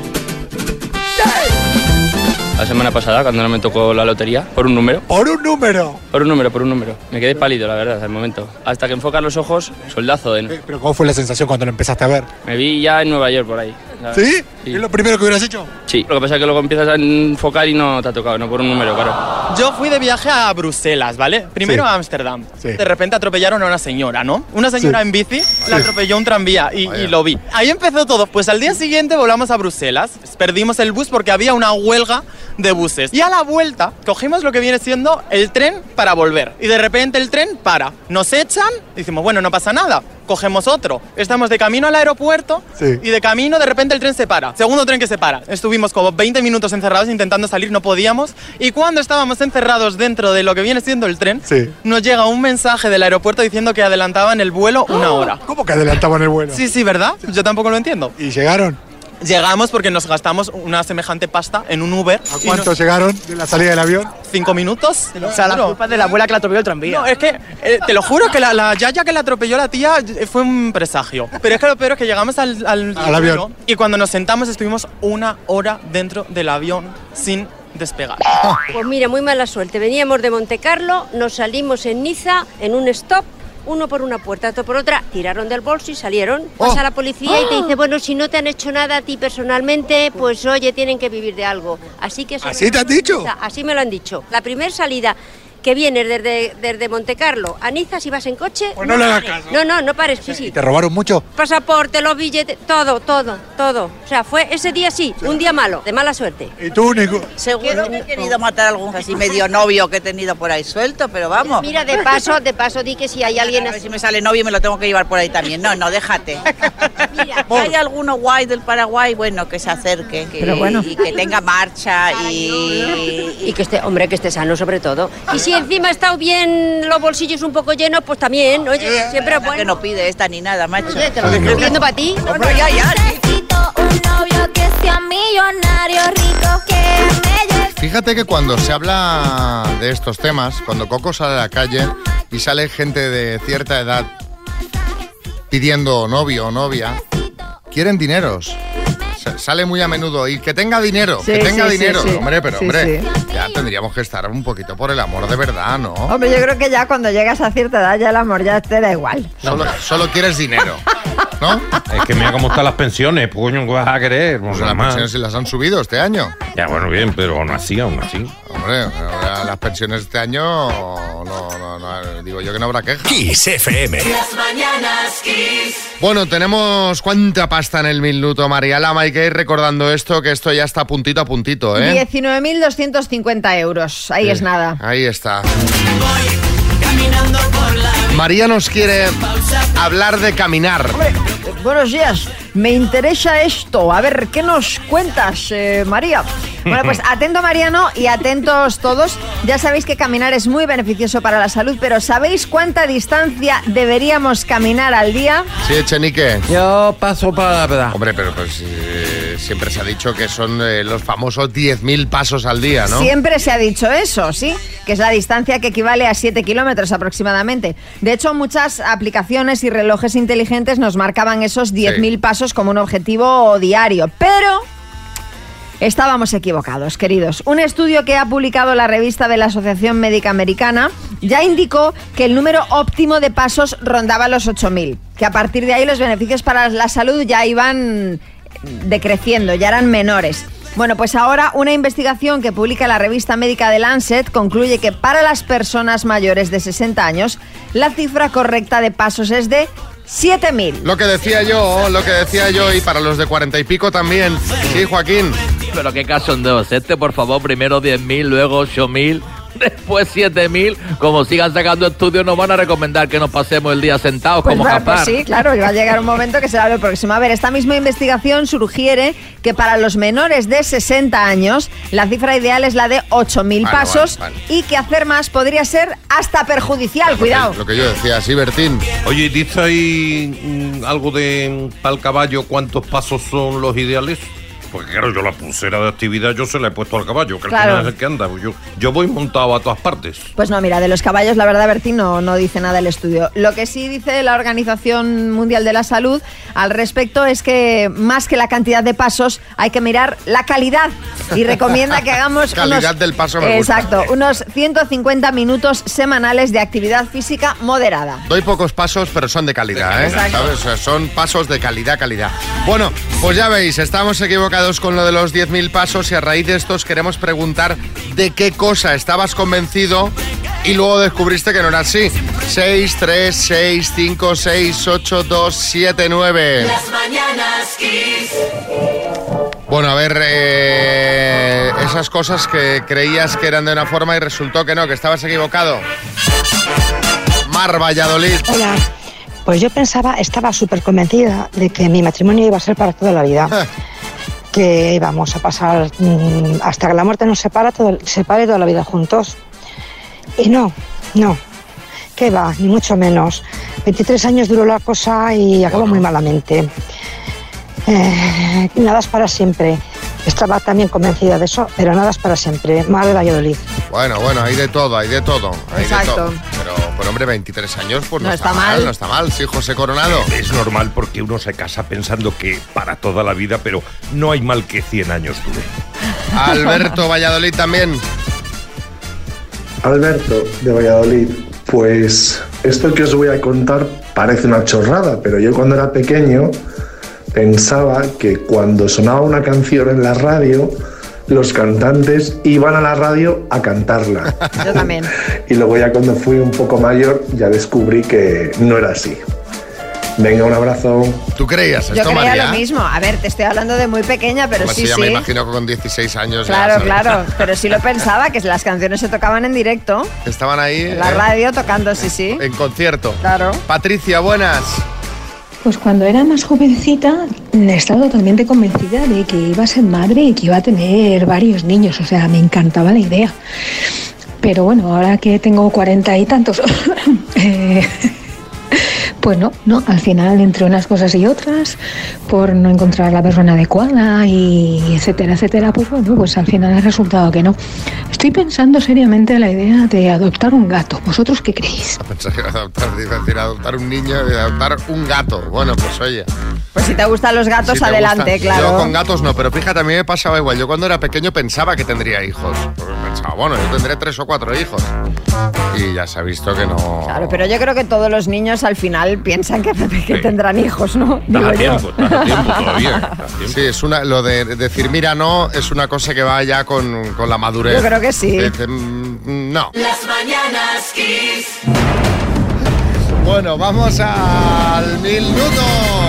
La semana pasada, cuando no me tocó la lotería, por un número. ¿Por un número? Por un número. Me quedé pálido, la verdad, al momento. Hasta que enfocas los ojos, soldazo de... ¿Pero cómo fue la sensación cuando lo empezaste a ver? Me vi ya en Nueva York, por ahí. ¿Sí? ¿Es lo primero que hubieras hecho? Sí. Lo que pasa es que luego empiezas a enfocar y no te ha tocado, no por un número, claro. Yo fui de viaje a Bruselas, ¿vale? Primero a Ámsterdam. Sí. De repente atropellaron a una señora, ¿no? Una señora en bici la atropelló un tranvía y lo vi. Ahí empezó todo. Pues al día siguiente volamos a Bruselas. Perdimos el bus porque había una huelga de buses. Y a la vuelta cogimos lo que viene siendo el tren para volver. Y de repente el tren para. Nos echan y decimos, bueno, no pasa nada. Cogemos otro. Estamos de camino al aeropuerto y de camino de repente el tren se para. Segundo tren que se para. Estuvimos como 20 minutos encerrados intentando salir, no podíamos. Y cuando estábamos encerrados dentro de lo que viene siendo el tren, nos llega un mensaje del aeropuerto diciendo que adelantaban el vuelo una hora. ¿Cómo que adelantaban el vuelo? Sí, ¿verdad? Yo tampoco lo entiendo. ¿Y llegaron? Llegamos porque nos gastamos una semejante pasta en un Uber. ¿A cuánto llegaron de la salida del avión? 5 minutos. O sea, la culpa es de la abuela que la atropelló el tranvía. No, es que, te lo juro que la yaya que la atropelló la tía fue un presagio. Pero es que lo peor es que llegamos al avión y cuando nos sentamos estuvimos una hora dentro del avión sin despegar. Pues mira, muy mala suerte. Veníamos de Montecarlo, nos salimos en Niza, en un stop. Uno por una puerta, otro por otra, tiraron del bolso y salieron. Pasa la policía y te dice, bueno, si no te han hecho nada a ti personalmente, pues oye, tienen que vivir de algo. Así que... ¿Así te han dicho? Así me lo han dicho. La primera salida que vienes desde Montecarlo a Niza, si vas en coche... Pues no le hagas caso. No pares, sí. ¿Te robaron mucho? Pasaporte, los billetes, todo. O sea, fue ese día un día malo, de mala suerte. ¿Y tú, Nico? Seguro que he querido matar a algún así medio novio que he tenido por ahí suelto, pero vamos. Mira, de paso di que si hay alguien... A ver si me sale novio me lo tengo que llevar por ahí también. No, déjate. Mira, si hay alguno guay del Paraguay, bueno, que se acerque y que tenga marcha y que esté sano sobre todo. Y si encima ha estado bien los bolsillos un poco llenos, pues también, oye, siempre es bueno. Que no pide esta ni nada, macho. Oye, te lo estoy pidiendo para ti. Hombre, ya. Un novio que sea millonario, rico, que me lleve. Fíjate que cuando se habla de estos temas, cuando Coco sale a la calle y sale gente de cierta edad pidiendo novio o novia, quieren dineros. Sale muy a menudo. Y que tenga dinero, dinero. Sí. Hombre, ya tendríamos que estar un poquito por el amor de verdad, ¿no? Hombre, yo creo que ya cuando llegas a cierta edad ya el amor ya te da igual. Solo quieres dinero, ¿no? Es que mira cómo están las pensiones, coño, ¿qué vas a querer? Pues las pensiones sí las han subido este año. Ya, bueno, bien, pero aún así. Hombre, las pensiones este año, no, digo yo que no habrá queja. Kiss FM. Las mañanas Kiss. Bueno, tenemos cuánta pasta en el minuto, María Lama, hay que ir recordando esto, que esto ya está puntito a puntito, ¿eh? 19.250 euros, ahí es nada. Ahí está. María nos quiere hablar de caminar. Hombre, buenos días, me interesa esto. A ver, ¿qué nos cuentas, María? Bueno, pues atento Mariano y atentos todos. Ya sabéis que caminar es muy beneficioso para la salud, pero ¿sabéis cuánta distancia deberíamos caminar al día? Sí, Echenique. Yo paso para la verdad. Hombre, pero pues siempre se ha dicho que son los famosos 10.000 pasos al día, ¿no? Siempre se ha dicho eso, sí, que es la distancia que equivale a 7 kilómetros aproximadamente. De hecho, muchas aplicaciones y relojes inteligentes nos marcaban esos 10.000 pasos como un objetivo diario, pero estábamos equivocados, queridos. Un estudio que ha publicado la revista de la Asociación Médica Americana ya indicó que el número óptimo de pasos rondaba los 8.000, que a partir de ahí los beneficios para la salud ya iban decreciendo, ya eran menores. Bueno, pues ahora una investigación que publica la revista médica The Lancet concluye que para las personas mayores de 60 años, la cifra correcta de pasos es de 7.000. Lo que decía yo, y para los de 40 y pico también. Sí, Joaquín. Pero qué cachondeos. Por favor, primero 10.000, luego 8.000, después 7.000. Como sigan sacando estudios, nos van a recomendar que nos pasemos el día sentados pues como bueno, Japar. Pues sí, claro, y va a llegar un momento que será lo próximo. A ver, esta misma investigación sugiere que para los menores de 60 años, la cifra ideal es la de 8.000 pasos y que hacer más podría ser hasta perjudicial. Cuidado. Lo que yo decía, sí, Bertín. Oye, ¿dice ahí algo de para el caballo cuántos pasos son los ideales? Porque claro, yo la pulsera de actividad yo se la he puesto al caballo, que al final es el que anda. Yo voy montado a todas partes. Pues no, mira, de los caballos la verdad, Bertín, no dice nada el estudio. Lo que sí dice la Organización Mundial de la Salud al respecto es que más que la cantidad de pasos hay que mirar la calidad y recomienda que hagamos calidad del paso me gusta. Exacto, unos 150 minutos semanales de actividad física moderada. Doy pocos pasos, pero son de calidad, ¿eh? ¿Sabes? O sea, son pasos de calidad. Bueno, pues ya veis, estamos equivocados con lo de los 10.000 pasos y a raíz de estos queremos preguntar de qué cosa estabas convencido y luego descubriste que no era así. 6, 3, 6, 5, 6, 8, 2, 7, 9. Las mañanas Kiss. Bueno, a ver, esas cosas que creías que eran de una forma y resultó que no, que estabas equivocado. Mar Valladolid. Hola. Pues yo estaba súper convencida de que mi matrimonio iba a ser para toda la vida. Que íbamos a pasar hasta que la muerte nos separe toda la vida juntos. Y no, que va, ni mucho menos. 23 años duró la cosa y acabó muy malamente. Nada es para siempre. Estaba también convencida de eso, pero nada es para siempre. Mar de Valladolid. Bueno, hay de todo. Exacto. Pero hombre, 23 años, pues no está mal. No está mal, sí, José Coronado. Es normal porque uno se casa pensando que para toda la vida, pero no hay mal que 100 años dure. Alberto, Valladolid también. Alberto, de Valladolid. Pues esto que os voy a contar parece una chorrada, pero yo cuando era pequeño pensaba que cuando sonaba una canción en la radio, los cantantes iban a la radio a cantarla. Yo también. Y luego ya cuando fui un poco mayor ya descubrí que no era así. Venga, un abrazo. ¿Tú creías esto, Yo creía María? lo mismo. A ver, te estoy hablando de muy pequeña, pero sí. Ya me imagino que con 16 años Claro, ya, claro. Pero sí lo pensaba, que las canciones se tocaban en directo. Estaban ahí. En la radio tocando, sí. En concierto. Claro. Patricia, buenas. Pues cuando era más jovencita estaba totalmente convencida de que iba a ser madre y que iba a tener varios niños, o sea, me encantaba la idea. Pero bueno, ahora que tengo 40 y tantos, pues no, al final entre unas cosas y otras, por no encontrar la persona adecuada y etcétera, pues bueno, pues al final ha resultado que no. Estoy pensando seriamente la idea de adoptar un gato. ¿Vosotros qué creéis? Pensé que adoptar un niño y adoptar un gato. Bueno, pues oye. Pues si te gustan los gatos, si adelante, claro. Yo con gatos no, pero fíjate, a mí me pasaba igual. Yo cuando era pequeño pensaba que tendría hijos. Porque pensaba, bueno, yo tendré 3 o 4 hijos. Y ya se ha visto que no... Claro, pero yo creo que todos los niños al final piensan que tendrán hijos, ¿no? Da tiempo todavía. Sí, es lo de decir, mira, no, es una cosa que va ya con la madurez. Yo creo que sí. No. Las mañanas Kiss. Bueno, vamos al minuto.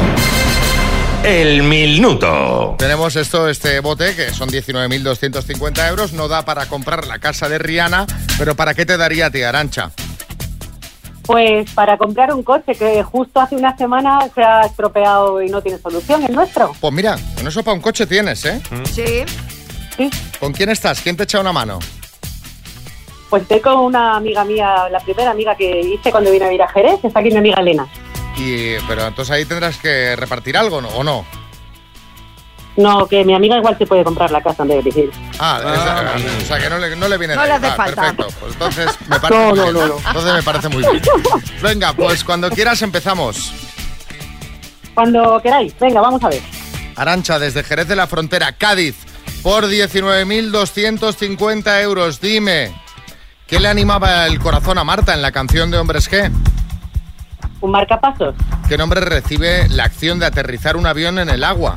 El minuto. Tenemos este bote, que son 19.250 euros. No da para comprar la casa de Rihanna, pero ¿para qué te daría a ti, Arantxa? Pues para comprar un coche que justo hace una semana se ha estropeado y no tiene solución, el nuestro. Pues mira, con eso para un coche tienes, ¿eh? Sí. sí. ¿Con quién estás? ¿Quién te echa una mano? Pues estoy con una amiga mía, la primera amiga que hice cuando vine a vivir a Jerez, está aquí mi amiga Elena. Pero entonces ahí tendrás que repartir algo, ¿no? ¿O no? No, que mi amiga igual se puede comprar la casa antes de elegir. O sea que no le viene No le hace falta. Perfecto, pues entonces me parece muy bien. Entonces me parece muy bien. Venga, pues cuando quieras empezamos. Cuando queráis, venga, vamos a ver. Arantxa, desde Jerez de la Frontera, Cádiz, por 19.250 euros. Dime, ¿qué le animaba el corazón a Marta en la canción de Hombres G? Un marcapasos. ¿Qué nombre recibe la acción de aterrizar un avión en el agua?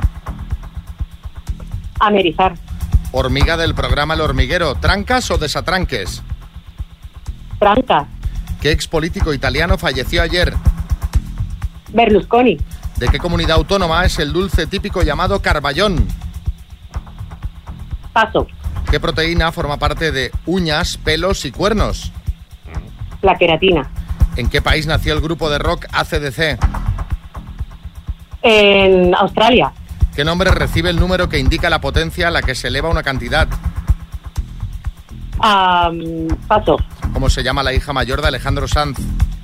Amerizar. Hormiga del programa El Hormiguero, ¿trancas o desatranques? Trancas. ¿Qué expolítico italiano falleció ayer? Berlusconi. ¿De qué comunidad autónoma es el dulce típico llamado carballón? Paso. ¿Qué proteína forma parte de uñas, pelos y cuernos? La queratina. ¿En qué país nació el grupo de rock AC/DC? En Australia. ¿Qué nombre recibe el número que indica la potencia a la que se eleva una cantidad? Paso. ¿Cómo se llama la hija mayor de Alejandro Sanz?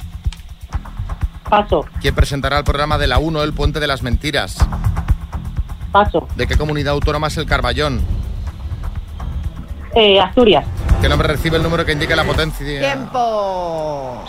Paso. ¿Quién presentará el programa de la 1, El Puente de las Mentiras? Paso. ¿De qué comunidad autónoma es el Carballón? Asturias. ¿Qué nombre recibe el número que indica la potencia? ¡Tiempo!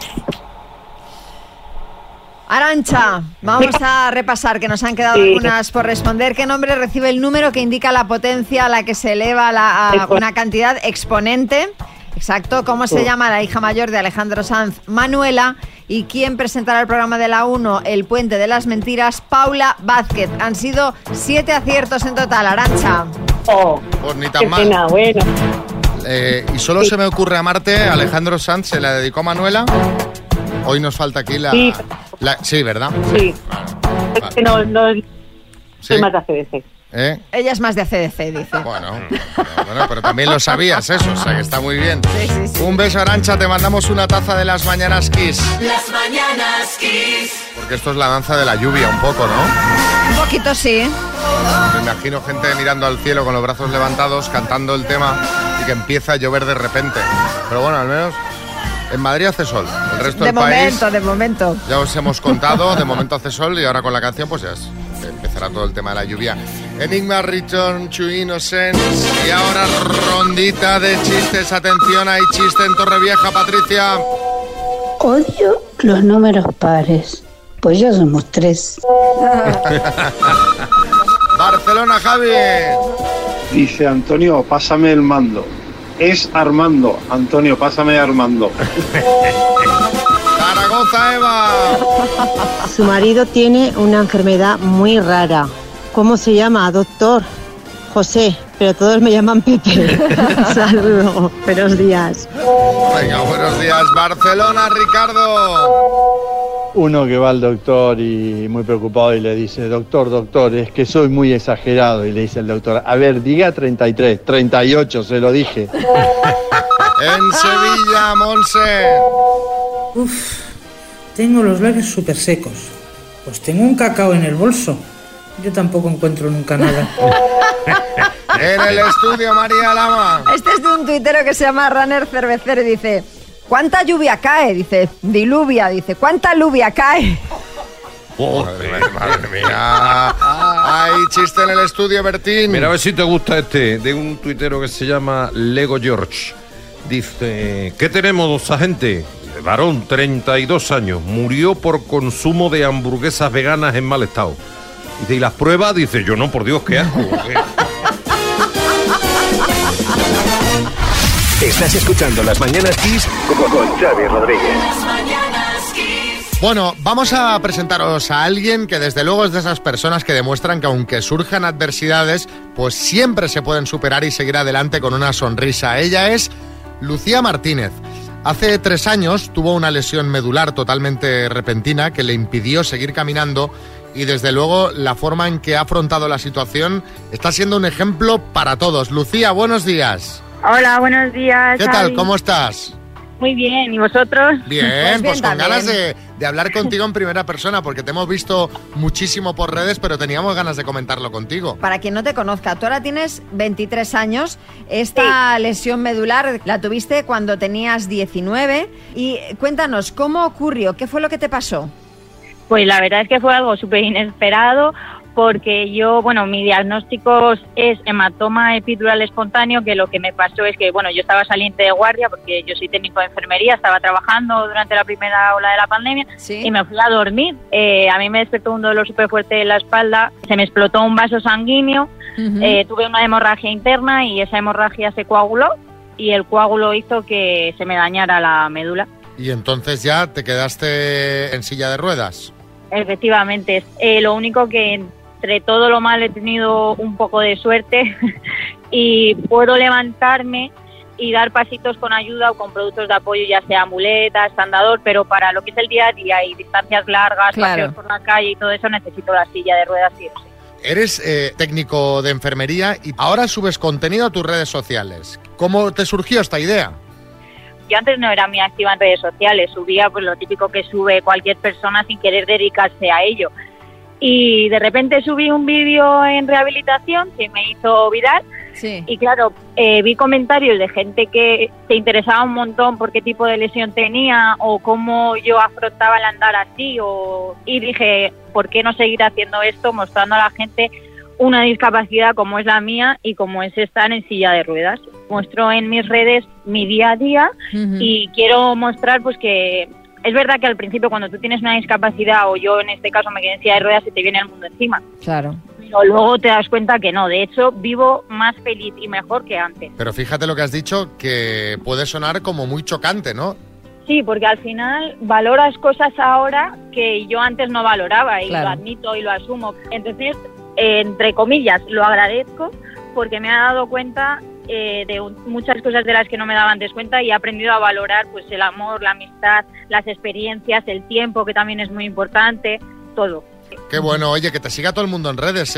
Arantxa, vamos a repasar, que nos han quedado algunas por responder. ¿Qué nombre recibe el número que indica la potencia a la que se eleva una cantidad exponente? Exacto. ¿Cómo se llama la hija mayor de Alejandro Sanz? Manuela. ¿Y quién presentará el programa de la 1, El Puente de las Mentiras? Paula Vázquez. Han sido 7 aciertos en total, Arantxa. Pues ni tan mal. Pena, bueno. Y solo se me ocurre amarte, Alejandro Sanz se la dedicó a Manuela. Hoy nos falta aquí la... Sí, ¿verdad? Sí. Vale. Que no Sí. soy más de ACDC. Ella es más de ACDC, dice. Bueno, pero también lo sabías eso, o sea que está muy bien. Sí. Un beso, Arantxa, te mandamos una taza de las Mañanas Kiss. Las Mañanas Kiss. Porque esto es la danza de la lluvia un poco, ¿no? Un poquito sí. Me imagino gente mirando al cielo con los brazos levantados, cantando el tema y que empieza a llover de repente. Pero bueno, al menos en Madrid hace sol. El resto del país... De momento. Ya os hemos contado, de momento hace sol y ahora con la canción pues ya empezará todo el tema de la lluvia. Enigma Return to Innocence. Y ahora rondita de chistes. Atención, hay chiste en Torrevieja, Patricia. Odio los números pares. Pues ya somos 3. Barcelona, Javi. Dice Antonio, pásame el mando. Es Armando. Antonio, pásame a Armando. Zaragoza, Eva. Su marido tiene una enfermedad muy rara. ¿Cómo se llama, doctor? José, pero todos me llaman Pepe. Saludos, buenos días. Venga, buenos días. Barcelona, Ricardo. Uno que va al doctor y muy preocupado y le dice, doctor, es que soy muy exagerado. Y le dice el doctor, a ver, diga 33, 38, se lo dije. En Sevilla, Monse. Tengo los labios súper secos. Pues tengo un cacao en el bolso. Yo tampoco encuentro nunca nada. En el estudio, María Lama. Este es de un tuitero que se llama Runner Cervecero y dice... ¿Cuánta lluvia cae? Dice, diluvia. Dice, ¿cuánta lluvia cae? Madre mía. Hay chiste en el estudio, Bertín. Mira, a ver si te gusta este, de un tuitero que se llama Lego George. Dice, ¿qué tenemos, agente? Dice, varón, 32 años, murió por consumo de hamburguesas veganas en mal estado. Dice, ¿y las pruebas? Dice, yo no, por Dios, qué asco. Estás escuchando Las Mañanas Kiss con Xavi Rodríguez. Bueno, vamos a presentaros a alguien que desde luego es de esas personas que demuestran que aunque surjan adversidades, pues siempre se pueden superar y seguir adelante con una sonrisa. Ella es Lucía Martínez. Hace 3 años tuvo una lesión medular totalmente repentina que le impidió seguir caminando y desde luego la forma en que ha afrontado la situación está siendo un ejemplo para todos. Lucía, buenos días. Hola, buenos días. ¿Qué tal? ¿Cómo estás? Muy bien, ¿y vosotros? Bien, pues con ganas de de hablar contigo en primera persona, porque te hemos visto muchísimo por redes, pero teníamos ganas de comentarlo contigo. Para quien no te conozca, tú ahora tienes 23 años. Esta lesión medular la tuviste cuando tenías 19. Y cuéntanos, ¿cómo ocurrió? ¿Qué fue lo que te pasó? Pues la verdad es que fue algo súper inesperado, porque yo, mi diagnóstico es hematoma epidural espontáneo, que lo que me pasó es que, yo estaba saliente de guardia, porque yo soy técnico de enfermería, estaba trabajando durante la primera ola de la pandemia, y me fui a dormir. A mí me despertó un dolor súper fuerte en la espalda, se me explotó un vaso sanguíneo, tuve una hemorragia interna y esa hemorragia se coaguló, y el coágulo hizo que se me dañara la médula. Y entonces ya te quedaste en silla de ruedas. Efectivamente, lo único que entre todo lo mal he tenido un poco de suerte y puedo levantarme y dar pasitos con ayuda o con productos de apoyo, ya sea muletas, andador, pero para lo que es el día a día y distancias largas, paseos por la calle y todo eso, necesito la silla de ruedas sí o sí. Eres técnico de enfermería y ahora subes contenido a tus redes sociales. ¿Cómo te surgió esta idea? Yo antes no era muy activa en redes sociales, subía pues lo típico que sube cualquier persona sin querer dedicarse a ello. Y de repente subí un vídeo en rehabilitación, se me hizo viral, y claro, vi comentarios de gente que se interesaba un montón por qué tipo de lesión tenía o cómo yo afrontaba el andar así, y dije, ¿por qué no seguir haciendo esto, mostrando a la gente una discapacidad como es la mía y como es estar en silla de ruedas? Muestro en mis redes mi día a día y quiero mostrar pues que es verdad que al principio cuando tú tienes una discapacidad, o yo en este caso me quedé en silla de ruedas, se te viene el mundo encima. Claro. Pero luego te das cuenta que no, de hecho vivo más feliz y mejor que antes. Pero fíjate lo que has dicho, que puede sonar como muy chocante, ¿no? Sí, porque al final valoras cosas ahora que yo antes no valoraba y lo admito y lo asumo. Entonces, entre comillas, lo agradezco porque me ha dado cuenta de muchas cosas de las que no me daba antes cuenta y he aprendido a valorar pues el amor, la amistad, las experiencias, el tiempo, que también es muy importante, todo. Qué bueno, oye, que te siga todo el mundo en redes.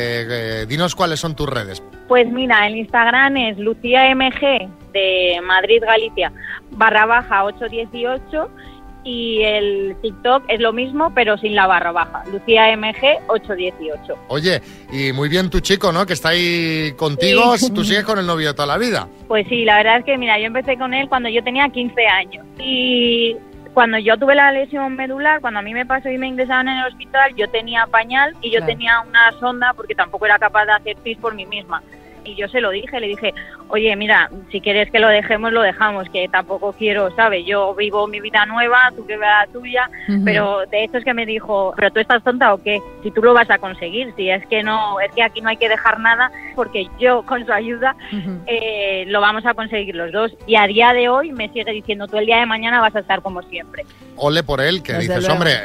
Dinos cuáles son tus redes. Pues mira, el Instagram es LuciaMG de Madrid, Galicia, _818 y el TikTok es lo mismo, pero sin la _, LuciaMG 818. Oye, y muy bien tu chico, ¿no? Que está ahí contigo, sí. Tú sigues con el novio toda la vida. Pues sí, la verdad es que, mira, yo empecé con él cuando yo tenía 15 años y cuando yo tuve la lesión medular, cuando a mí me pasó y me ingresaron en el hospital, yo tenía pañal y yo tenía una sonda porque tampoco era capaz de hacer pis por mí misma. Y yo se lo dije, le dije, oye, mira, si quieres que lo dejemos, lo dejamos, que tampoco quiero, ¿sabes? Yo vivo mi vida nueva, tú que veas la tuya, pero de hecho es que me dijo, ¿pero tú estás tonta o qué? Si tú lo vas a conseguir, si es que no, es que aquí no hay que dejar nada, porque yo con su ayuda lo vamos a conseguir los dos. Y a día de hoy me sigue diciendo, tú el día de mañana vas a estar como siempre. Ole por él, que dices, hombre,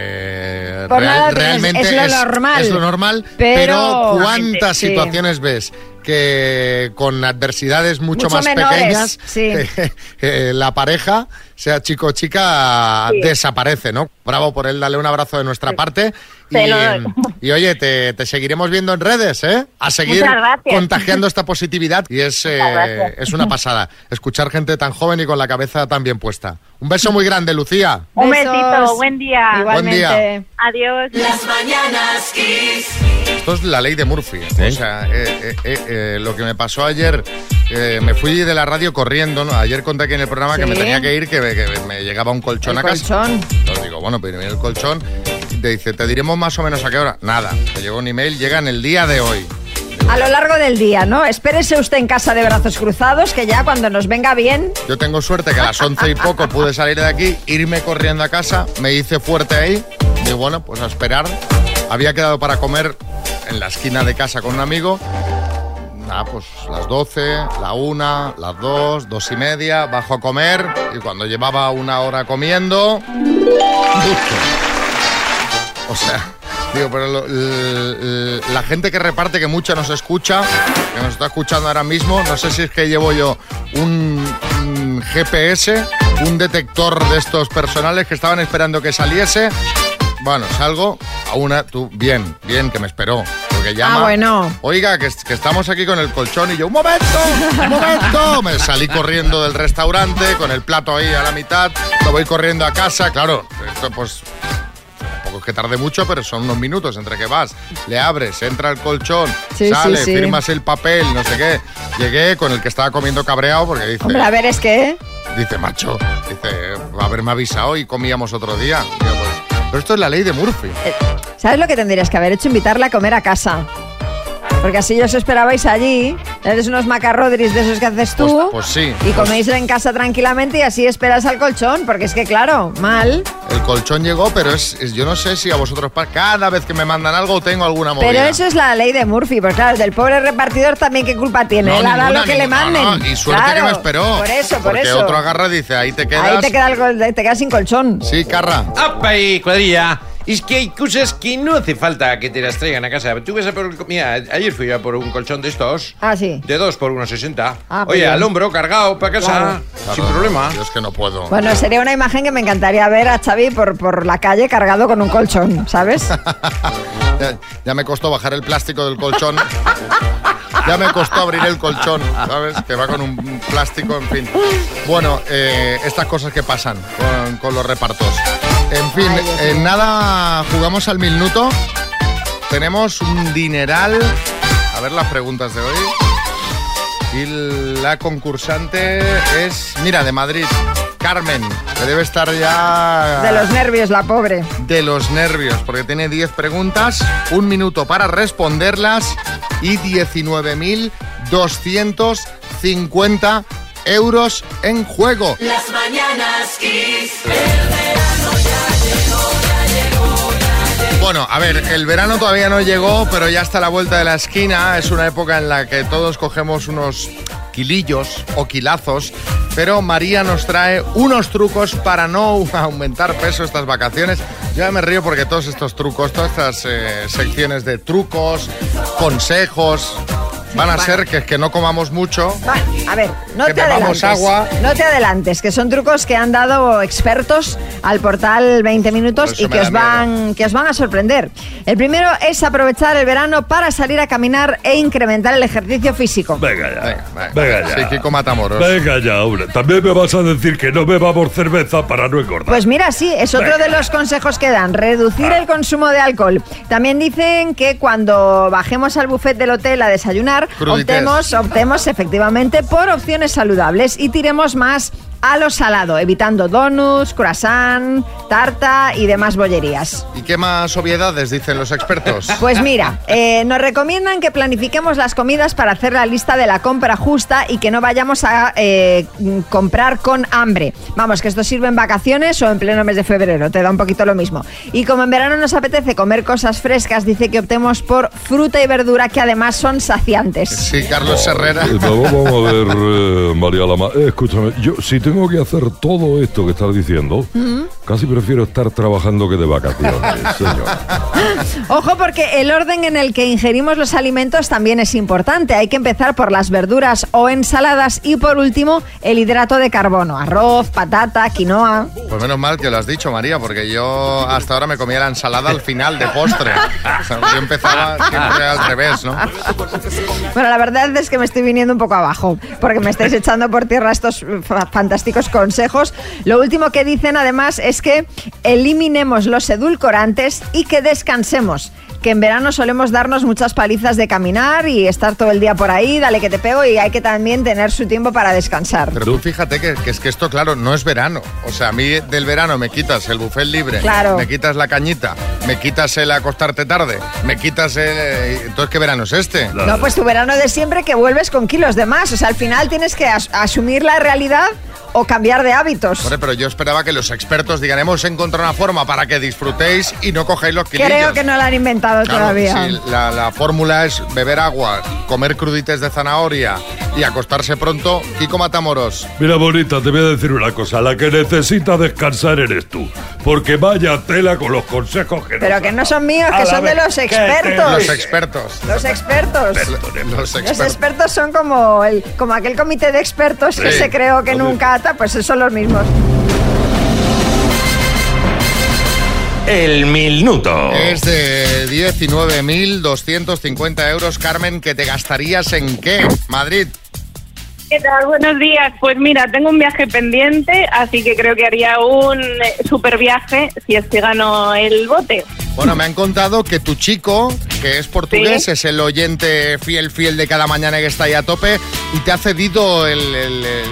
realmente es lo normal, pero ¿cuántas situaciones ves que con adversidades mucho más menores, pequeñas, la pareja, sea chico o chica, desaparece, ¿no? Bravo por él, dale un abrazo de nuestra parte. Y oye, te seguiremos viendo en redes, ¿eh? A seguir contagiando esta positividad y es una pasada escuchar gente tan joven y con la cabeza tan bien puesta. Un beso muy grande, Lucía. Un besito, buen día. Igualmente. Buen día. Adiós. Las Mañanas Kiss. Esto es la ley de Murphy. O sea, lo que me pasó ayer, me fui de la radio corriendo, ¿no? Ayer conté aquí en el programa que me tenía que ir, que me llegaba un colchón a casa. Entonces digo, bueno, pero viene el colchón. Y te dice, te diremos más o menos a qué hora. Nada, me llegó un email, llega en el día de hoy. A lo largo del día, ¿no? Espérese usted en casa de brazos cruzados, que ya cuando nos venga bien... Yo tengo suerte que a las 11 y poco pude salir de aquí, irme corriendo a casa, me hice fuerte ahí, y bueno, pues a esperar. Había quedado para comer en la esquina de casa con un amigo. Nada, pues las 12, la 1, las 2, 2:30, bajo a comer, y cuando llevaba una hora comiendo... O sea... Digo, pero la gente que reparte, que mucha nos escucha, que nos está escuchando ahora mismo, no sé si es que llevo yo un GPS, un detector de estos personales que estaban esperando que saliese. Bueno, salgo a una, tú, bien, que me esperó, porque porque llama. Ah, bueno. Oiga, que estamos aquí con el colchón y yo, ¡un momento! Me salí corriendo del restaurante con el plato ahí a la mitad, me voy corriendo a casa, claro, esto pues... Tampoco es que tarde mucho, pero son unos minutos entre que vas, le abres, entra el colchón, sale, firmas el papel, no sé qué. Llegué con el que estaba comiendo cabreado porque dice... Hombre, a ver, es que... Dice, macho, haberme avisado y comíamos otro día. Digo, pues, pero esto es la ley de Murphy. ¿Sabes lo que tendrías que haber hecho? Invitarla a comer a casa. Porque así os esperabais allí, eres unos macarrodris de esos que haces tú, pues sí. Y coméis en casa tranquilamente y así esperas al colchón, porque es que claro, mal. El colchón llegó, pero yo no sé si a vosotros cada vez que me mandan algo tengo alguna movida. Pero eso es la ley de Murphy, pues claro, del pobre repartidor también qué culpa tiene, no, él hará lo que le manden. No, y suerte que me esperó. Por eso. Porque otro agarra y dice, ahí te quedas. Ahí te quedas sin colchón. Sí, Carra. ¡Apa ahí, cuadrilla! Es que hay cosas que no hace falta que te las traigan a casa. Tú ves a por... Mira, ayer fui a por un colchón de estos. Ah, sí. De 2 por 1,60. Ah, oye, al hombro, cargado, para casa. Claro. Sin problema. Yo es que no puedo. Bueno, sería una imagen que me encantaría ver a Xavi por la calle cargado con un colchón, ¿sabes? Ya me costó bajar el plástico del colchón. Ya me costó abrir el colchón, ¿sabes? Que va con un plástico, en fin. Bueno, estas cosas que pasan con los repartos. En fin, en nada jugamos al minuto. Tenemos un dineral. A ver las preguntas de hoy. Y la concursante es, mira, de Madrid, Carmen, que debe estar ya... De los nervios, la pobre. De los nervios, porque tiene 10 preguntas, 1 minuto para responderlas y 19.250 euros en juego. Las mañanas Kiss. Bueno, a ver, el verano todavía no llegó, pero ya está a la vuelta de la esquina. Es una época en la que todos cogemos unos kilillos o kilazos, pero María nos trae unos trucos para no aumentar peso estas vacaciones. Yo ya me río porque todos estos trucos, todas estas secciones de trucos, consejos... Van a ser que no comamos mucho. A ver, no te adelantes. Agua. No te adelantes, que son trucos que han dado expertos al portal 20 Minutos y que os van a sorprender. El primero es aprovechar el verano para salir a caminar e incrementar el ejercicio físico. Venga ya. Venga ya. Sí, Kiko Matamoros. Venga ya, hombre. También me vas a decir que no bebamos cerveza para no engordar. Pues mira, sí, es otro de los consejos que dan. Reducir el consumo de alcohol. También dicen que cuando bajemos al buffet del hotel a desayunar, optemos efectivamente por opciones saludables y tiremos más a lo salado, evitando donuts, croissant, tarta y demás bollerías. ¿Y qué más obviedades dicen los expertos? Pues mira, nos recomiendan que planifiquemos las comidas para hacer la lista de la compra justa y que no vayamos a comprar con hambre. Vamos, que esto sirve en vacaciones o en pleno mes de febrero, te da un poquito lo mismo. Y como en verano nos apetece comer cosas frescas, dice que optemos por fruta y verdura que además son saciantes. Sí, Carlos Herrera. Vamos a ver, María Lama, escúchame, yo si tengo que hacer todo esto que estás diciendo, casi prefiero estar trabajando que de vacaciones, señor. Ojo, porque el orden en el que ingerimos los alimentos también es importante. Hay que empezar por las verduras o ensaladas y por último el hidrato de carbono, arroz, patata, quinoa. Pues menos mal que lo has dicho, María, porque yo hasta ahora me comía la ensalada al final de postre. O sea, yo empezaba siempre al revés, ¿no? Bueno, la verdad es que me estoy viniendo un poco abajo, porque me estáis echando por tierra estos fantásticos consejos. Lo último que dicen además es que eliminemos los edulcorantes y que descansemos, que en verano solemos darnos muchas palizas de caminar y estar todo el día por ahí, dale que te pego, y hay que también tener su tiempo para descansar. Pero tú fíjate que es que esto, claro, no es verano. O sea, a mí del verano me quitas el buffet libre, claro, me quitas la cañita, me quitas el acostarte tarde, me quitas el... Entonces, ¿qué verano es este? No, pues tu verano de siempre, que vuelves con kilos de más. O sea, al final tienes que asumir la realidad o cambiar de hábitos. Bueno, pero yo esperaba que los expertos digan, hemos encontrado una forma para que disfrutéis y no cojáis los kilillos. Creo que no la han inventado todavía. Sí, la fórmula es beber agua, comer crudites de zanahoria y acostarse pronto. Kiko Matamoros. Mira, bonita, te voy a decir una cosa. La que necesita descansar eres tú. Porque vaya tela con los consejos que... Pero que no son míos, que son de los expertos. Los expertos. Los expertos. Los expertos son como aquel comité de expertos que se creó que nunca... Pues son los mismos. El minuto. Es de 19.250 euros, Carmen, que te gastarías ¿en qué? Madrid. ¿Qué tal? Buenos días. Pues mira, tengo un viaje pendiente, así que creo que haría un super viaje si es que gano el bote. Bueno, me han contado que tu chico, que es portugués, ¿sí?, es el oyente fiel de cada mañana que está ahí a tope y te ha cedido el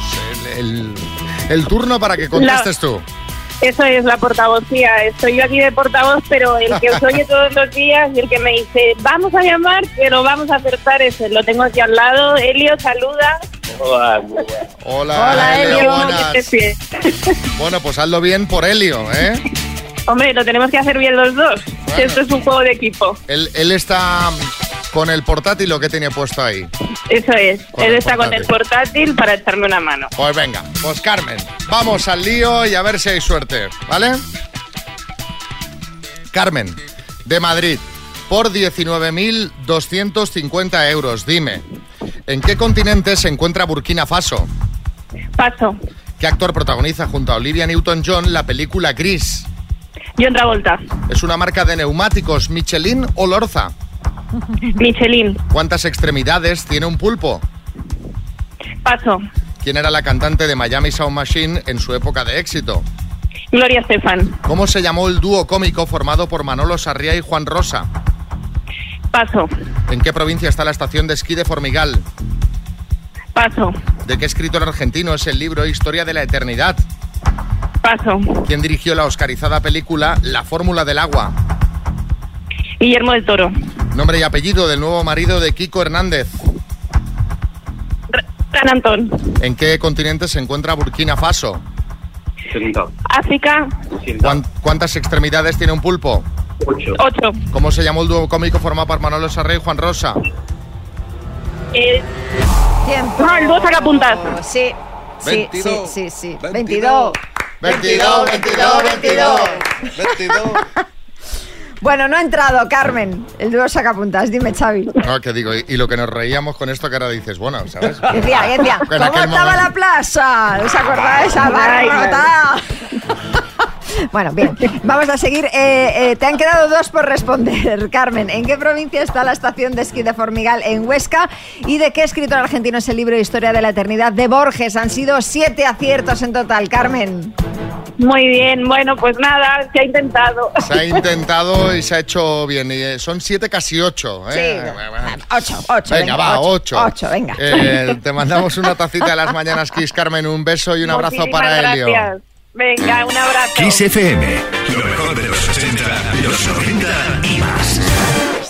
turno para que contestes tú. Eso es la portavocía. Estoy yo aquí de portavoz, pero el que os oye todos los días y el que me dice, vamos a llamar, pero vamos a acertar ese. Lo tengo aquí al lado. Elio, saluda. Hola. Hola, Elio. Bueno, pues hazlo bien por Elio, ¿eh? Hombre, lo tenemos que hacer bien los dos. Bueno, esto es un juego de equipo. Él está con el portátil, ¿lo que tiene puesto ahí? Eso es. Él está con el portátil para echarme una mano. Pues venga, pues Carmen, vamos al lío y a ver si hay suerte, ¿vale? Carmen, de Madrid, por 19.250 euros, dime, ¿en qué continente se encuentra Burkina Faso? Paso. ¿Qué actor protagoniza junto a Olivia Newton-John la película Gris? John Travolta. ¿Es una marca de neumáticos Michelin o Lorza? Michelin. ¿Cuántas extremidades tiene un pulpo? Paso. ¿Quién era la cantante de Miami Sound Machine en su época de éxito? Gloria Estefan. ¿Cómo se llamó el dúo cómico formado por Manolo Sarriá y Juan Rosa? Paso. ¿En qué provincia está la estación de esquí de Formigal? Paso. ¿De qué escritor argentino es el libro Historia de la Eternidad? Paso. ¿Quién dirigió la oscarizada película La Fórmula del Agua? Guillermo del Toro. Nombre y apellido del nuevo marido de Kiko Hernández. San Antón. ¿En qué continente se encuentra Burkina Faso? África. ¿Cuántas extremidades tiene un pulpo? 8. ¿Cómo se llamó el dúo cómico formado por Manolo Sarriá y Juan Rosa? Tiempo. No, el dúo sacapuntas. Sí. 22. Sí. 22. Bueno, no ha entrado, Carmen. El dúo sacapuntas. Dime, Xavi. No, que digo, y lo que nos reíamos con esto que ahora dices, bueno, ¿sabes? Decía, ¿cómo estaba la plaza? ¿Os acordáis? Bueno, bien, vamos a seguir. Te han quedado 2 por responder, Carmen. ¿En qué provincia está la estación de esquí de Formigal? En Huesca. ¿Y de qué escritor argentino es el libro Historia de la Eternidad de Borges? Han sido 7 aciertos en total, Carmen. Muy bien, bueno, pues nada, se ha intentado. Se ha intentado y se ha hecho bien. Y son 7, casi 8. Sí, 8. Venga, va, 8. 8, venga. Te mandamos una tacita de las mañanas Kiss, Carmen. Un beso y un abrazo para Elio. Gracias. Venga, un abrazo. Kiss FM, lo mejor de los 80, los 90 y más.